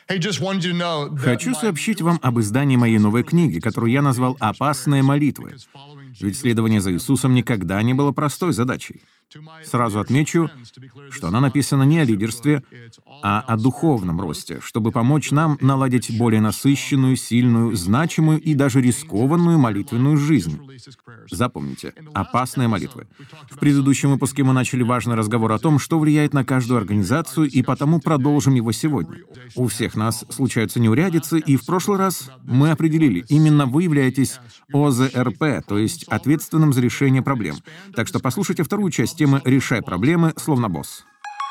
Хочу сообщить вам об издании моей новой книги, которую я назвал «Опасные молитвы». Ведь следование за Иисусом никогда не было простой задачей. Сразу отмечу, что она написана не о лидерстве, а о духовном росте, чтобы помочь нам наладить более насыщенную, сильную, значимую и даже рискованную молитвенную жизнь. Запомните, опасные молитвы. В предыдущем выпуске мы начали важный разговор о том, что влияет на каждую организацию, и потому продолжим его сегодня. У всех нас случаются неурядицы, и в прошлый раз мы определили, именно вы являетесь ОЗРП, то есть ответственным за решение проблем. Так что послушайте вторую часть темы «Решай проблемы, словно босс».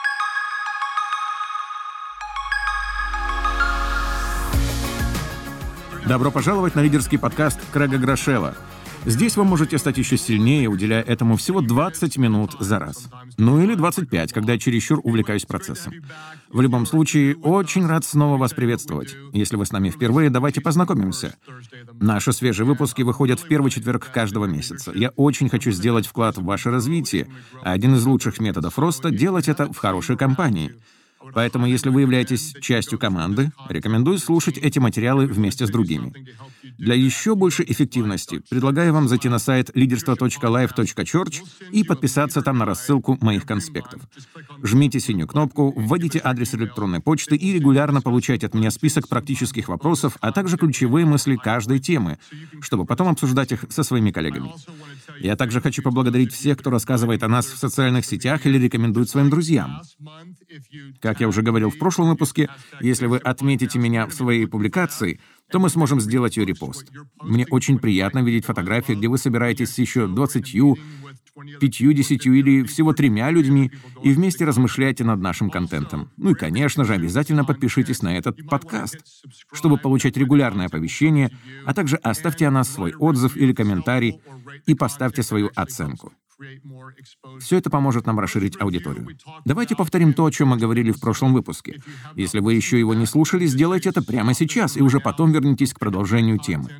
Добро пожаловать на лидерский подкаст Крэга Грошева. Здесь вы можете стать еще сильнее, уделяя этому всего 20 минут за раз. Ну или 25, когда я чересчур увлекаюсь процессом. В любом случае, очень рад снова вас приветствовать. Если вы с нами впервые, давайте познакомимся. Наши свежие выпуски выходят в первый четверг каждого месяца. Я очень хочу сделать вклад в ваше развитие, а один из лучших методов роста — делать это в хорошей компании. Поэтому, если вы являетесь частью команды, рекомендую слушать эти материалы вместе с другими. Для еще большей эффективности предлагаю вам зайти на сайт leaderство.life.church и подписаться там на рассылку моих конспектов. Жмите синюю кнопку, вводите адрес электронной почты и регулярно получайте от меня список практических вопросов, а также ключевые мысли каждой темы, чтобы потом обсуждать их со своими коллегами. Я также хочу поблагодарить всех, кто рассказывает о нас в социальных сетях или рекомендует своим друзьям. Как я уже говорил в прошлом выпуске, если вы отметите меня в своей публикации, то мы сможем сделать ее репост. Мне очень приятно видеть фотографии, где вы собираетесь с еще 20, 50 или всего 3 людьми и вместе размышляете над нашим контентом. Ну и, конечно же, обязательно подпишитесь на этот подкаст, чтобы получать регулярные оповещения, а также оставьте о нас свой отзыв или комментарий и поставьте свою оценку. Все это поможет нам расширить аудиторию. Давайте повторим то, о чем мы говорили в прошлом выпуске. Если вы еще его не слушали, сделайте это прямо сейчас, и уже потом вернитесь к продолжению темы.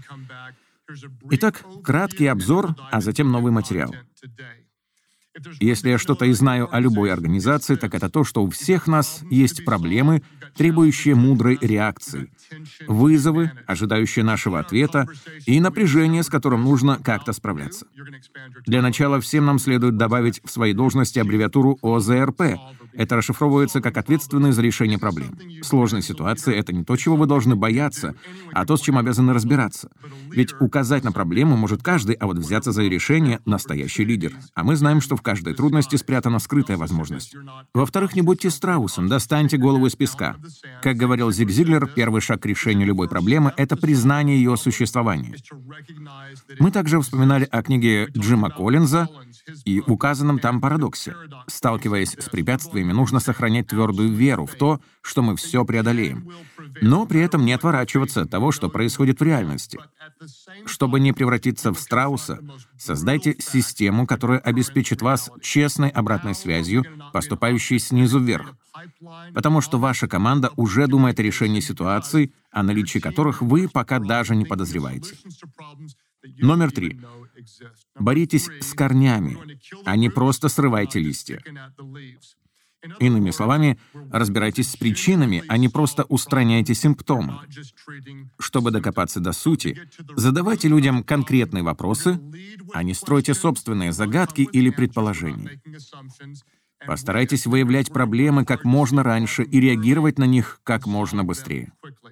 Итак, краткий обзор, а затем новый материал. Если я что-то и знаю о любой организации, так это то, что у всех нас есть проблемы, требующие мудрой реакции, вызовы, ожидающие нашего ответа, и напряжение, с которым нужно как-то справляться. Для начала всем нам следует добавить в свои должности аббревиатуру ОЗРП. Это расшифровывается как «ответственный за решение проблем». Сложные ситуации — это не то, чего вы должны бояться, а то, с чем обязаны разбираться. Ведь указать на проблему может каждый, а вот взяться за ее решение — настоящий лидер. А мы знаем, что в каждой трудности спрятана скрытая возможность. Во-вторых, не будьте страусом, достаньте голову из песка. Как говорил Зиг Зиглер, первый шаг к решению любой проблемы — это признание ее существования. Мы также вспоминали о книге Джима Коллинза и указанном там парадоксе. Сталкиваясь с препятствиями, нужно сохранять твердую веру в то, что мы все преодолеем, но при этом не отворачиваться от того, что происходит в реальности. Чтобы не превратиться в страуса, создайте систему, которая обеспечит вас честной обратной связью, поступающей снизу вверх, потому что ваша команда уже думает о решении ситуаций, о наличии которых вы пока даже не подозреваете. Номер 3. Боритесь с корнями, а не просто срывайте листья. Иными словами, разбирайтесь с причинами, а не просто устраняйте симптомы. Чтобы докопаться до сути, задавайте людям конкретные вопросы, а не стройте собственные загадки или предположения. Постарайтесь выявлять проблемы как можно раньше и реагировать на них как можно быстрее.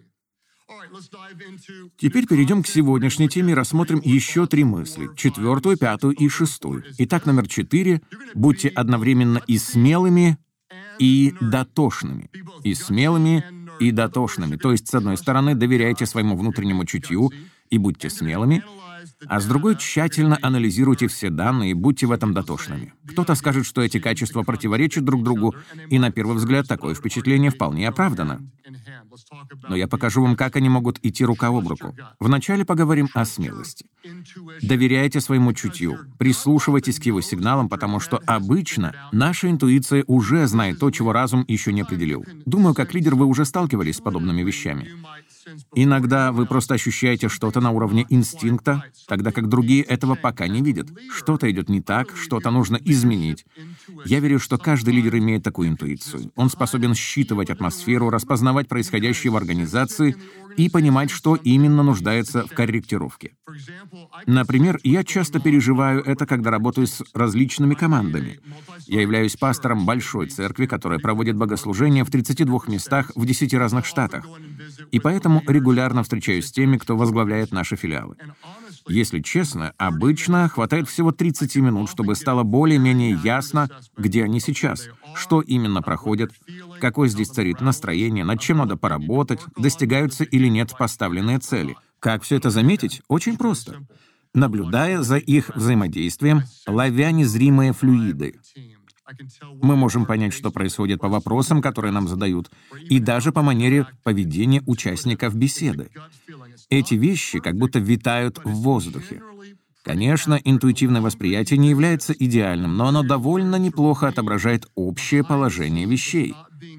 Теперь перейдем к сегодняшней теме и рассмотрим еще 3 мысли, 4-ю, 5-ю и 6-ю. Итак, номер 4. Будьте одновременно и смелыми, и дотошными. И смелыми, и дотошными. То есть, с одной стороны, доверяйте своему внутреннему чутью и будьте смелыми, а с другой, тщательно анализируйте все данные и будьте в этом дотошными. Кто-то скажет, что эти качества противоречат друг другу, и на первый взгляд такое впечатление вполне оправдано. Но я покажу вам, как они могут идти рука об руку. Вначале поговорим о смелости. Доверяйте своему чутью, прислушивайтесь к его сигналам, потому что обычно наша интуиция уже знает то, чего разум еще не определил. Думаю, как лидер вы уже сталкивались с подобными вещами. Иногда вы просто ощущаете что-то на уровне инстинкта, тогда как другие этого пока не видят. Что-то идет не так, что-то нужно изменить. Я верю, что каждый лидер имеет такую интуицию. Он способен считывать атмосферу, распознавать происходящее в организации и понимать, что именно нуждается в корректировке. Например, я часто переживаю это, когда работаю с различными командами. Я являюсь пастором большой церкви, которая проводит богослужения в 32 местах в 10 разных штатах. И поэтому регулярно встречаюсь с теми, кто возглавляет наши филиалы. Если честно, обычно хватает всего 30 минут, чтобы стало более-менее ясно, где они сейчас, что именно проходит, какое здесь царит настроение, над чем надо поработать, достигаются или нет поставленные цели. Как все это заметить? Очень просто. Наблюдая за их взаимодействием, ловя незримые флюиды. Мы можем понять, что происходит по вопросам, которые нам задают, и даже по манере поведения участников беседы. Эти вещи как будто витают в воздухе. Конечно, интуитивное восприятие не является идеальным, но оно довольно неплохо отображает общее положение вещей.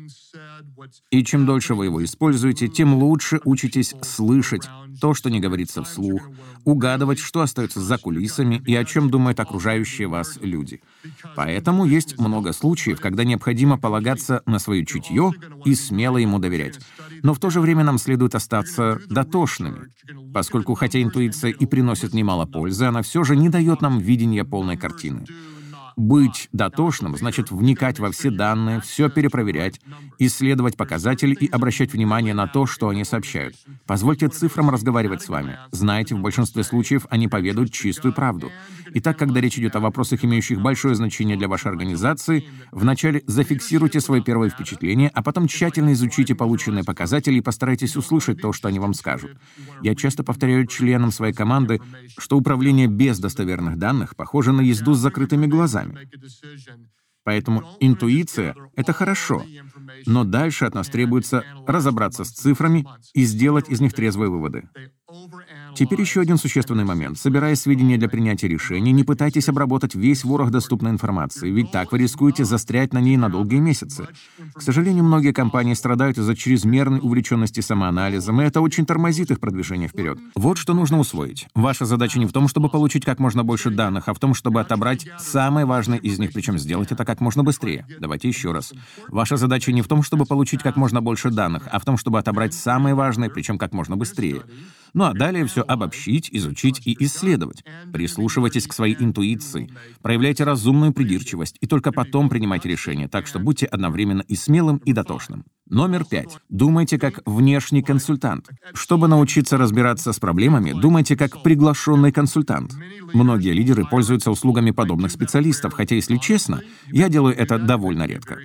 И чем дольше вы его используете, тем лучше учитесь слышать то, что не говорится вслух, угадывать, что остается за кулисами и о чем думают окружающие вас люди. Поэтому есть много случаев, когда необходимо полагаться на свое чутье и смело ему доверять. Но в то же время нам следует остаться дотошными, поскольку хотя интуиция и приносит немало пользы, она все же не дает нам видения полной картины. Быть дотошным значит вникать во все данные, все перепроверять, исследовать показатели и обращать внимание на то, что они сообщают. Позвольте цифрам разговаривать с вами. Знаете, в большинстве случаев они поведают чистую правду. Итак, когда речь идет о вопросах, имеющих большое значение для вашей организации, вначале зафиксируйте свои первые впечатления, а потом тщательно изучите полученные показатели и постарайтесь услышать то, что они вам скажут. Я часто повторяю членам своей команды, что управление без достоверных данных похоже на езду с закрытыми глазами. Поэтому интуиция — это хорошо, но дальше от нас требуется разобраться с цифрами и сделать из них трезвые выводы. Теперь еще один существенный момент. Собирая сведения для принятия решений, не пытайтесь обработать весь ворох доступной информации, ведь так вы рискуете застрять на ней на долгие месяцы. К сожалению, многие компании страдают из-за чрезмерной увлеченности самоанализом, и это очень тормозит их продвижение вперед. Вот что нужно усвоить. Ваша задача не в том, чтобы получить как можно больше данных, а в том, чтобы отобрать самые важные из них, причем сделать это как можно быстрее. Давайте еще раз. Ваша задача не в том, чтобы получить как можно больше данных, а в том, чтобы отобрать самые важные, причем как можно быстрее. Ну а далее все обобщить, изучить и исследовать. Прислушивайтесь к своей интуиции, проявляйте разумную придирчивость и только потом принимайте решения, так что будьте одновременно и смелым, и дотошным. Номер 5. Думайте как внешний консультант. Чтобы научиться разбираться с проблемами, думайте как приглашенный консультант. Многие лидеры пользуются услугами подобных специалистов, хотя, если честно, я делаю это довольно редко.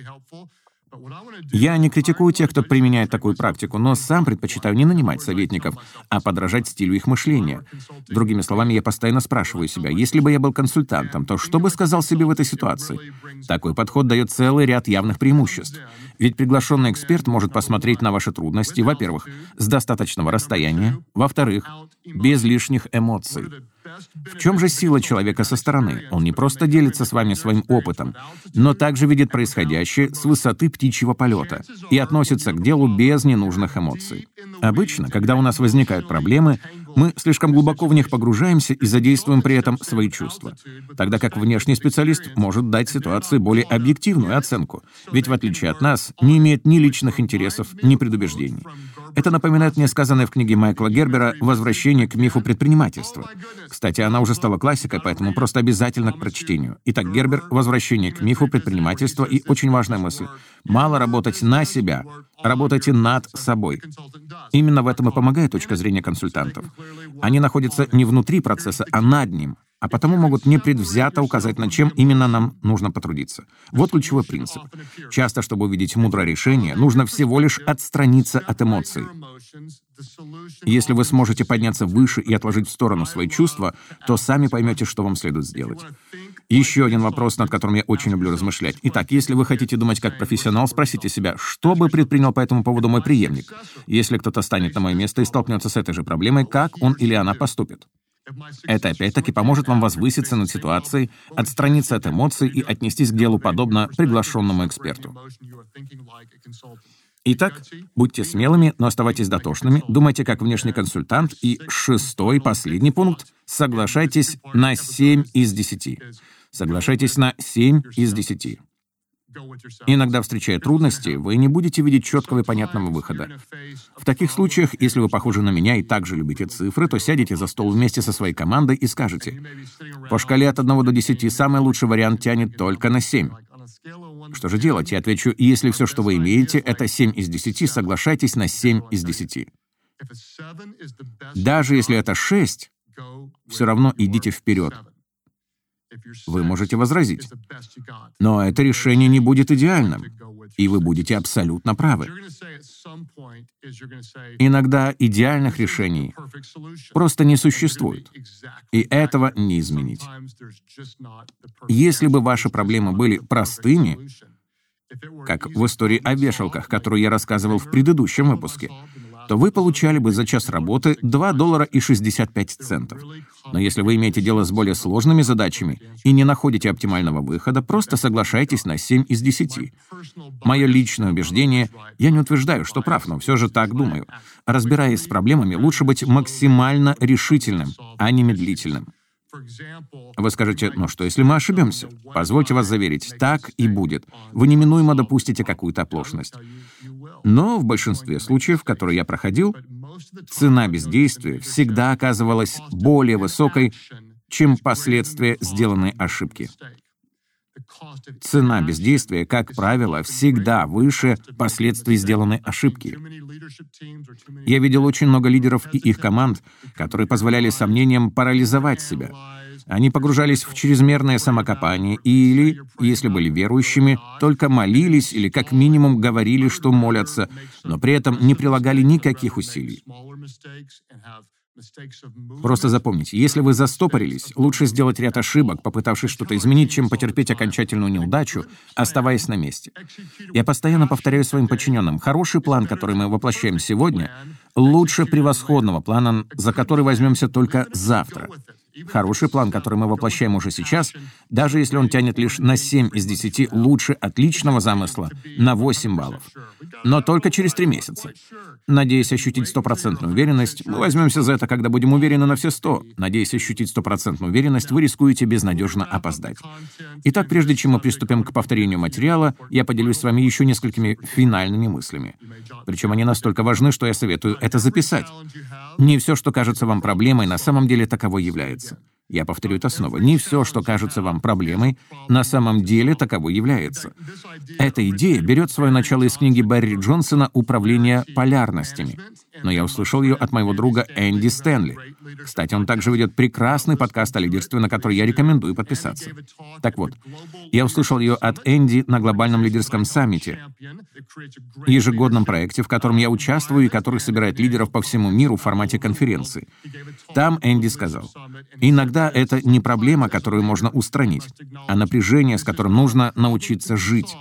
Я не критикую тех, кто применяет такую практику, но сам предпочитаю не нанимать советников, а подражать стилю их мышления. Другими словами, я постоянно спрашиваю себя, если бы я был консультантом, то что бы сказал себе в этой ситуации? Такой подход дает целый ряд явных преимуществ. Ведь приглашенный эксперт может посмотреть на ваши трудности, во-первых, с достаточного расстояния, во-вторых, без лишних эмоций. В чем же сила человека со стороны? Он не просто делится с вами своим опытом, но также видит происходящее с высоты птичьего полета и относится к делу без ненужных эмоций. Обычно, когда у нас возникают проблемы, мы слишком глубоко в них погружаемся и задействуем при этом свои чувства. Тогда как внешний специалист может дать ситуации более объективную оценку, ведь в отличие от нас, не имеет ни личных интересов, ни предубеждений. Это напоминает мне сказанное в книге Майкла Гербера «Возвращение к мифу предпринимательства». Кстати, она уже стала классикой, поэтому просто обязательно к прочтению. Итак, Гербер «Возвращение к мифу предпринимательства» и очень важная мысль. Мало работать на себя, работайте над собой. Именно в этом и помогает точка зрения консультантов. Они находятся не внутри процесса, а над ним, а потому могут непредвзято указать, над чем именно нам нужно потрудиться. Вот ключевой принцип. Часто, чтобы увидеть мудрое решение, нужно всего лишь отстраниться от эмоций. Если вы сможете подняться выше и отложить в сторону свои чувства, то сами поймете, что вам следует сделать. Еще один вопрос, над которым я очень люблю размышлять. Итак, если вы хотите думать как профессионал, спросите себя, что бы предпринял по этому поводу мой преемник? Если кто-то станет на мое место и столкнется с этой же проблемой, как он или она поступит? Это опять-таки поможет вам возвыситься над ситуацией, отстраниться от эмоций и отнестись к делу подобно приглашенному эксперту. Итак, будьте смелыми, но оставайтесь дотошными, думайте как внешний консультант, и шестой, последний пункт — соглашайтесь на 7 из 10. Соглашайтесь на 7 из 10. Иногда, встречая трудности, вы не будете видеть четкого и понятного выхода. В таких случаях, если вы похожи на меня и также любите цифры, то сядете за стол вместе со своей командой и скажете: по шкале от 1 до 10 самый лучший вариант тянет только на 7. Что же делать? Я отвечу: если все, что вы имеете, это 7 из 10, соглашайтесь на 7 из 10. Даже если это 6, все равно идите вперед. Вы можете возразить: но это решение не будет идеальным, и вы будете абсолютно правы. Иногда идеальных решений просто не существует, и этого не изменить. Если бы ваши проблемы были простыми, как в истории о вешалках, которую я рассказывал в предыдущем выпуске, то вы получали бы за час работы $2.65. Но если вы имеете дело с более сложными задачами и не находите оптимального выхода, просто соглашайтесь на 7 из 10. Мое личное убеждение, я не утверждаю, что прав, но все же так думаю. Разбираясь с проблемами, лучше быть максимально решительным, а не медлительным. Вы скажете: ну что, если мы ошибемся? Позвольте вас заверить, так и будет. Вы неминуемо допустите какую-то оплошность. Но в большинстве случаев, которые я проходил, цена бездействия всегда оказывалась более высокой, чем последствия сделанной ошибки. Цена бездействия, как правило, всегда выше последствий сделанной ошибки. Я видел очень много лидеров и их команд, которые позволяли сомнениям парализовать себя. Они погружались в чрезмерное самокопание или, если были верующими, только молились или как минимум говорили, что молятся, но при этом не прилагали никаких усилий. Просто запомните, если вы застопорились, лучше сделать ряд ошибок, попытавшись что-то изменить, чем потерпеть окончательную неудачу, оставаясь на месте. Я постоянно повторяю своим подчиненным: хороший план, который мы воплощаем сегодня, лучше превосходного плана, за который возьмемся только завтра. Хороший план, который мы воплощаем уже сейчас, даже если он тянет лишь на 7 из 10, лучше отличного замысла на 8 баллов. Но только через 3 месяца. Надеясь ощутить стопроцентную уверенность, мы возьмемся за это, когда будем уверены на все 100. Надеясь ощутить стопроцентную уверенность, вы рискуете безнадежно опоздать. Итак, прежде чем мы приступим к повторению материала, я поделюсь с вами еще несколькими финальными мыслями. Причем они настолько важны, что я советую это записать. Не все, что кажется вам проблемой, на самом деле таковой является. Я повторю это снова. Не все, что кажется вам проблемой, на самом деле таковой является. Эта идея берет свое начало из книги Барри Джонсона «Управление полярностями». Но я услышал ее от моего друга Энди Стэнли. Кстати, он также ведет прекрасный подкаст о лидерстве, на который я рекомендую подписаться. Так вот, я услышал ее от Энди на глобальном лидерском саммите, ежегодном проекте, в котором я участвую и который собирает лидеров по всему миру в формате конференции. Там Энди сказал: иногда это не проблема, которую можно устранить, а напряжение, с которым нужно научиться жить.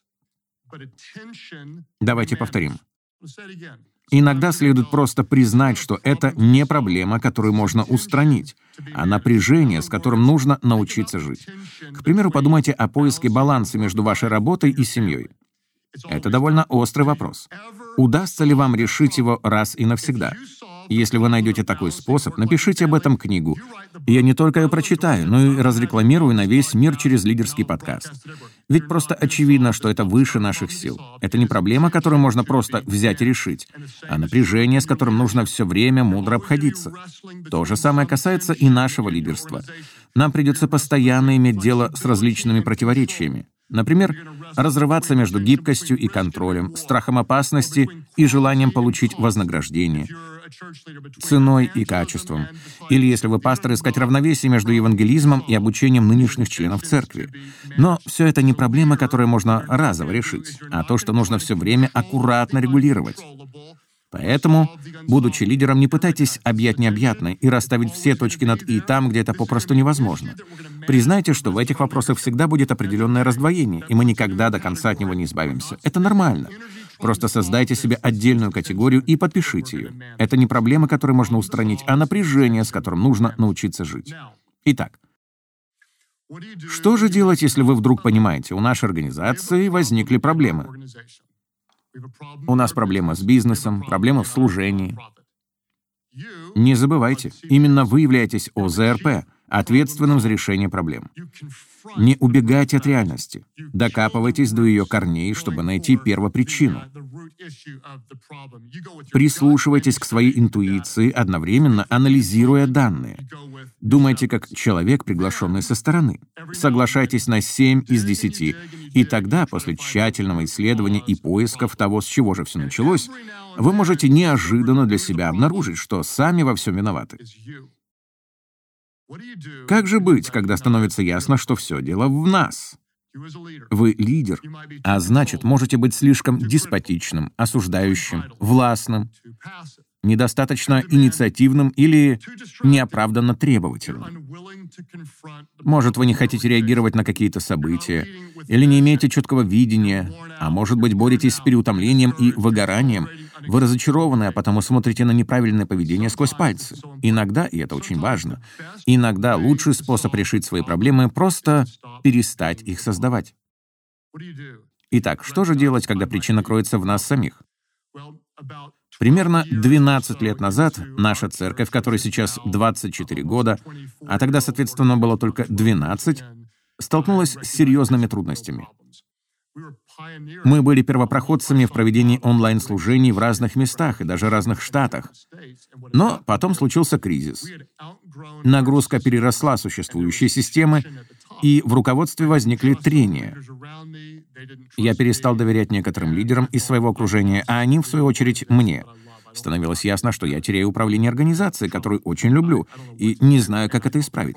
Давайте повторим. Иногда следует просто признать, что это не проблема, которую можно устранить, а напряжение, с которым нужно научиться жить. К примеру, подумайте о поиске баланса между вашей работой и семьей. Это довольно острый вопрос. Удастся ли вам решить его раз и навсегда? Если вы найдете такой способ, напишите об этом книгу. Я не только ее прочитаю, но и разрекламирую на весь мир через лидерский подкаст. Ведь просто очевидно, что это выше наших сил. Это не проблема, которую можно просто взять и решить, а напряжение, с которым нужно все время мудро обходиться. То же самое касается и нашего лидерства. Нам придется постоянно иметь дело с различными противоречиями. Например, разрываться между гибкостью и контролем, страхом опасности и желанием получить вознаграждение, ценой и качеством. Или, если вы пастор, искать равновесие между евангелизмом и обучением нынешних членов церкви. Но все это не проблема, которую можно разово решить, а то, что нужно все время аккуратно регулировать. Поэтому, будучи лидером, не пытайтесь объять необъятное и расставить все точки над «и» там, где это попросту невозможно. Признайте, что в этих вопросах всегда будет определенное раздвоение, и мы никогда до конца от него не избавимся. Это нормально. Просто создайте себе отдельную категорию и подпишите ее. Это не проблема, которую можно устранить, а напряжение, с которым нужно научиться жить. Итак, что же делать, если вы вдруг понимаете, у нашей организации возникли проблемы? У нас проблема с бизнесом, проблема в служении. Не забывайте, именно вы являетесь ОЗРП, ответственным за решение проблем. Не убегайте от реальности. Докапывайтесь до ее корней, чтобы найти первопричину. Прислушивайтесь к своей интуиции, одновременно анализируя данные. Думайте как человек, приглашенный со стороны. Соглашайтесь на 7 из 10. И тогда, после тщательного исследования и поисков того, с чего же все началось, вы можете неожиданно для себя обнаружить, что сами во всем виноваты. Как же быть, когда становится ясно, что все дело в нас? Вы лидер, а значит, можете быть слишком деспотичным, осуждающим, властным, недостаточно инициативным или неоправданно требовательным. Может, вы не хотите реагировать на какие-то события, или не имеете четкого видения, а может быть, боретесь с переутомлением и выгоранием. Вы разочарованы, а потому смотрите на неправильное поведение сквозь пальцы. Иногда, и это очень важно, иногда лучший способ решить свои проблемы — просто перестать их создавать. Итак, что же делать, когда причина кроется в нас самих? Примерно 12 лет назад наша церковь, которой сейчас 24 года, а тогда, соответственно, было только 12, столкнулась с серьезными трудностями. Мы были первопроходцами в проведении онлайн-служений в разных местах и даже разных штатах. Но потом случился кризис. Нагрузка переросла существующие системы, и в руководстве возникли трения. Я перестал доверять некоторым лидерам из своего окружения, а они, в свою очередь, мне. Становилось ясно, что я теряю управление организацией, которую очень люблю, и не знаю, как это исправить.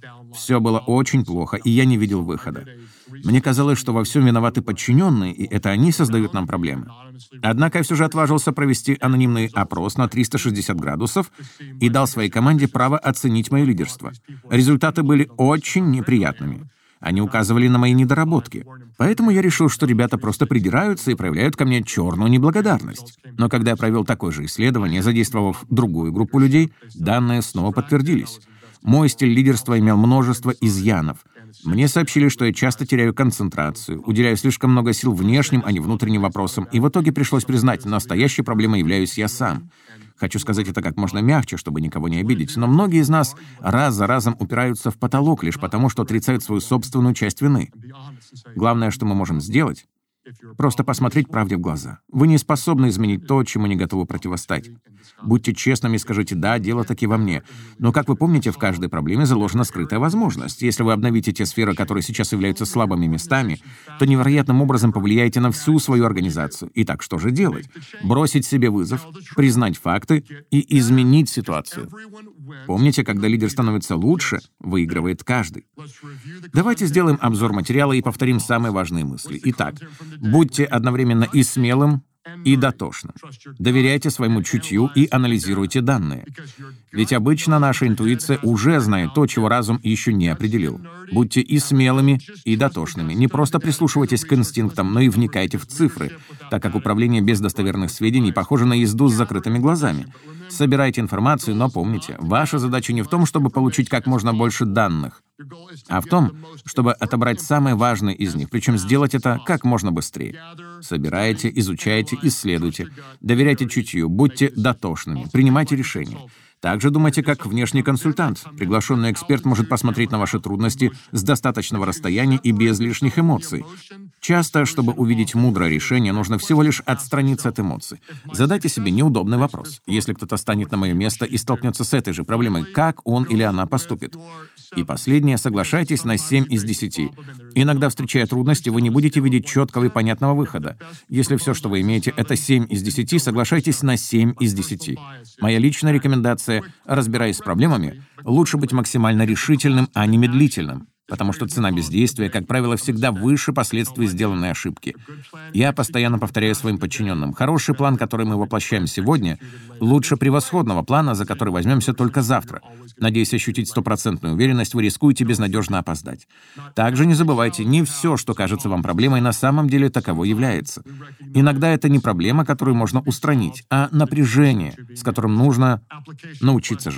Все было очень плохо, и я не видел выхода. Мне казалось, что во всем виноваты подчиненные, и это они создают нам проблемы. Однако я все же отважился провести анонимный опрос на 360 градусов и дал своей команде право оценить мое лидерство. Результаты были очень неприятными. Они указывали на мои недоработки. Поэтому я решил, что ребята просто придираются и проявляют ко мне черную неблагодарность. Но когда я провел такое же исследование, задействовав другую группу людей, данные снова подтвердились. Мой стиль лидерства имел множество изъянов. Мне сообщили, что я часто теряю концентрацию, уделяю слишком много сил внешним, а не внутренним вопросам, и в итоге пришлось признать, настоящей проблемой являюсь я сам. Хочу сказать это как можно мягче, чтобы никого не обидеть, но многие из нас раз за разом упираются в потолок лишь потому, что отрицают свою собственную часть вины. Главное, что мы можем сделать — просто посмотреть правде в глаза. Вы не способны изменить то, чему не готовы противостать. Будьте честными и скажите: «Да, дело таки во мне». Но, как вы помните, в каждой проблеме заложена скрытая возможность. Если вы обновите те сферы, которые сейчас являются слабыми местами, то невероятным образом повлияете на всю свою организацию. Итак, что же делать? Бросить себе вызов, признать факты и изменить ситуацию. Помните, когда лидер становится лучше, выигрывает каждый. Давайте сделаем обзор материала и повторим самые важные мысли. Итак, будьте одновременно и смелым, и дотошным. Доверяйте своему чутью и анализируйте данные. Ведь обычно наша интуиция уже знает то, чего разум еще не определил. Будьте и смелыми, и дотошными. Не просто прислушивайтесь к инстинктам, но и вникайте в цифры, так как управление без достоверных сведений похоже на езду с закрытыми глазами. Собирайте информацию, но помните, ваша задача не в том, чтобы получить как можно больше данных, а в том, чтобы отобрать самые важные из них, причем сделать это как можно быстрее. Собирайте, изучайте, исследуйте, доверяйте чутью, будьте дотошными, принимайте решения. Также думайте как внешний консультант. Приглашенный эксперт может посмотреть на ваши трудности с достаточного расстояния и без лишних эмоций. Часто, чтобы увидеть мудрое решение, нужно всего лишь отстраниться от эмоций. Задайте себе неудобный вопрос. Если кто-то станет на мое место и столкнется с этой же проблемой, как он или она поступит? И последнее, соглашайтесь на 7 из 10. Иногда, встречая трудности, вы не будете видеть четкого и понятного выхода. Если все, что вы имеете, это 7 из 10, соглашайтесь на 7 из 10. Моя личная рекомендация, разбираясь с проблемами, лучше быть максимально решительным, а не медлительным. Потому что цена бездействия, как правило, всегда выше последствий сделанной ошибки. Я постоянно повторяю своим подчиненным: хороший план, который мы воплощаем сегодня, лучше превосходного плана, за который возьмемся только завтра. Надеюсь ощутить стопроцентную уверенность, вы рискуете безнадежно опоздать. Также не забывайте, не все, что кажется вам проблемой, на самом деле таково является. Иногда это не проблема, которую можно устранить, а напряжение, с которым нужно научиться жить.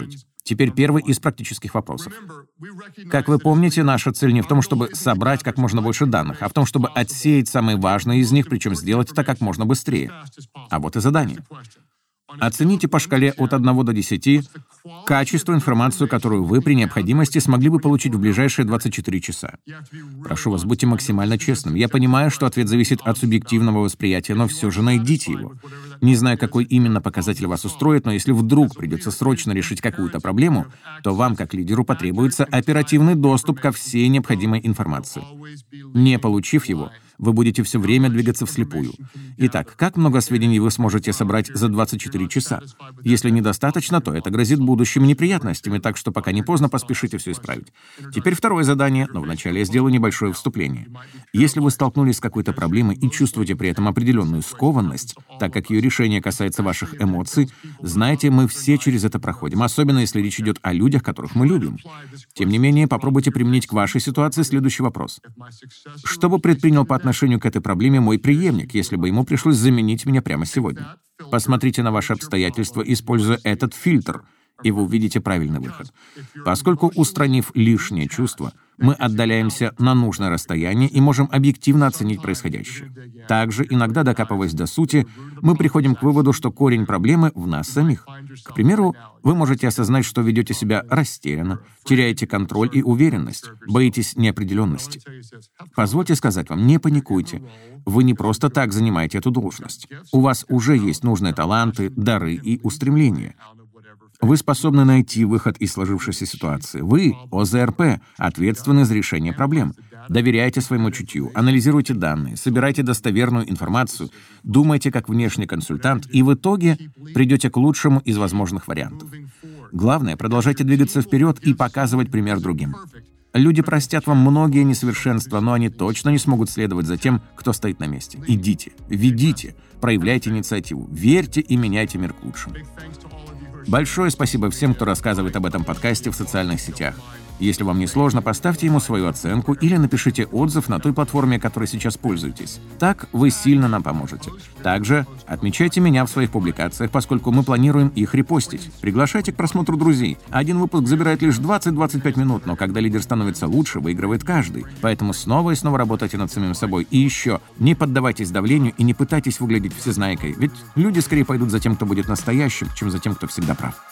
Теперь первый из практических вопросов. Как вы помните, наша цель не в том, чтобы собрать как можно больше данных, а в том, чтобы отсеять самые важные из них, причем сделать это как можно быстрее. А вот и задание. Оцените по шкале от 1 до 10 качество информации, которую вы при необходимости смогли бы получить в ближайшие 24 часа. Прошу вас, будьте максимально честным. Я понимаю, что ответ зависит от субъективного восприятия, но все же найдите его. Не знаю, какой именно показатель вас устроит, но если вдруг придется срочно решить какую-то проблему, то вам, как лидеру, потребуется оперативный доступ ко всей необходимой информации. Не получив его, вы будете все время двигаться вслепую. Итак, как много сведений вы сможете собрать за 24 часа? Если недостаточно, то это грозит будущими неприятностями, так что пока не поздно, поспешите все исправить. Теперь второе задание, но вначале я сделаю небольшое вступление. Если вы столкнулись с какой-то проблемой и чувствуете при этом определенную скованность, так как ее решение касается ваших эмоций, знайте, мы все через это проходим, особенно если речь идет о людях, которых мы любим. Тем не менее, попробуйте применить к вашей ситуации следующий вопрос. Что бы предпринял по отношению к этой проблеме мой преемник, если бы ему пришлось заменить меня прямо сегодня? Посмотрите на ваши обстоятельства, используя этот фильтр, и вы увидите правильный выход. Поскольку, устранив лишнее чувство, мы отдаляемся на нужное расстояние и можем объективно оценить происходящее. Также, иногда докапываясь до сути, мы приходим к выводу, что корень проблемы в нас самих. К примеру, вы можете осознать, что ведете себя растерянно, теряете контроль и уверенность, боитесь неопределенности. Позвольте сказать вам, не паникуйте. Вы не просто так занимаете эту должность. У вас уже есть нужные таланты, дары и устремления. Вы способны найти выход из сложившейся ситуации. Вы, ОЗРП, ответственны за решение проблем. Доверяйте своему чутью, анализируйте данные, собирайте достоверную информацию, думайте как внешний консультант, и в итоге придете к лучшему из возможных вариантов. Главное, продолжайте двигаться вперед и показывать пример другим. Люди простят вам многие несовершенства, но они точно не смогут следовать за тем, кто стоит на месте. Идите, ведите, проявляйте инициативу, верьте и меняйте мир к лучшему. Большое спасибо всем, кто рассказывает об этом подкасте в социальных сетях. Если вам не сложно, поставьте ему свою оценку или напишите отзыв на той платформе, которой сейчас пользуетесь. Так вы сильно нам поможете. Также отмечайте меня в своих публикациях, поскольку мы планируем их репостить. Приглашайте к просмотру друзей. Один выпуск забирает лишь 20-25 минут, но когда лидер становится лучше, выигрывает каждый. Поэтому снова и снова работайте над самим собой. И еще, не поддавайтесь давлению и не пытайтесь выглядеть всезнайкой, ведь люди скорее пойдут за тем, кто будет настоящим, чем за тем, кто всегда прав.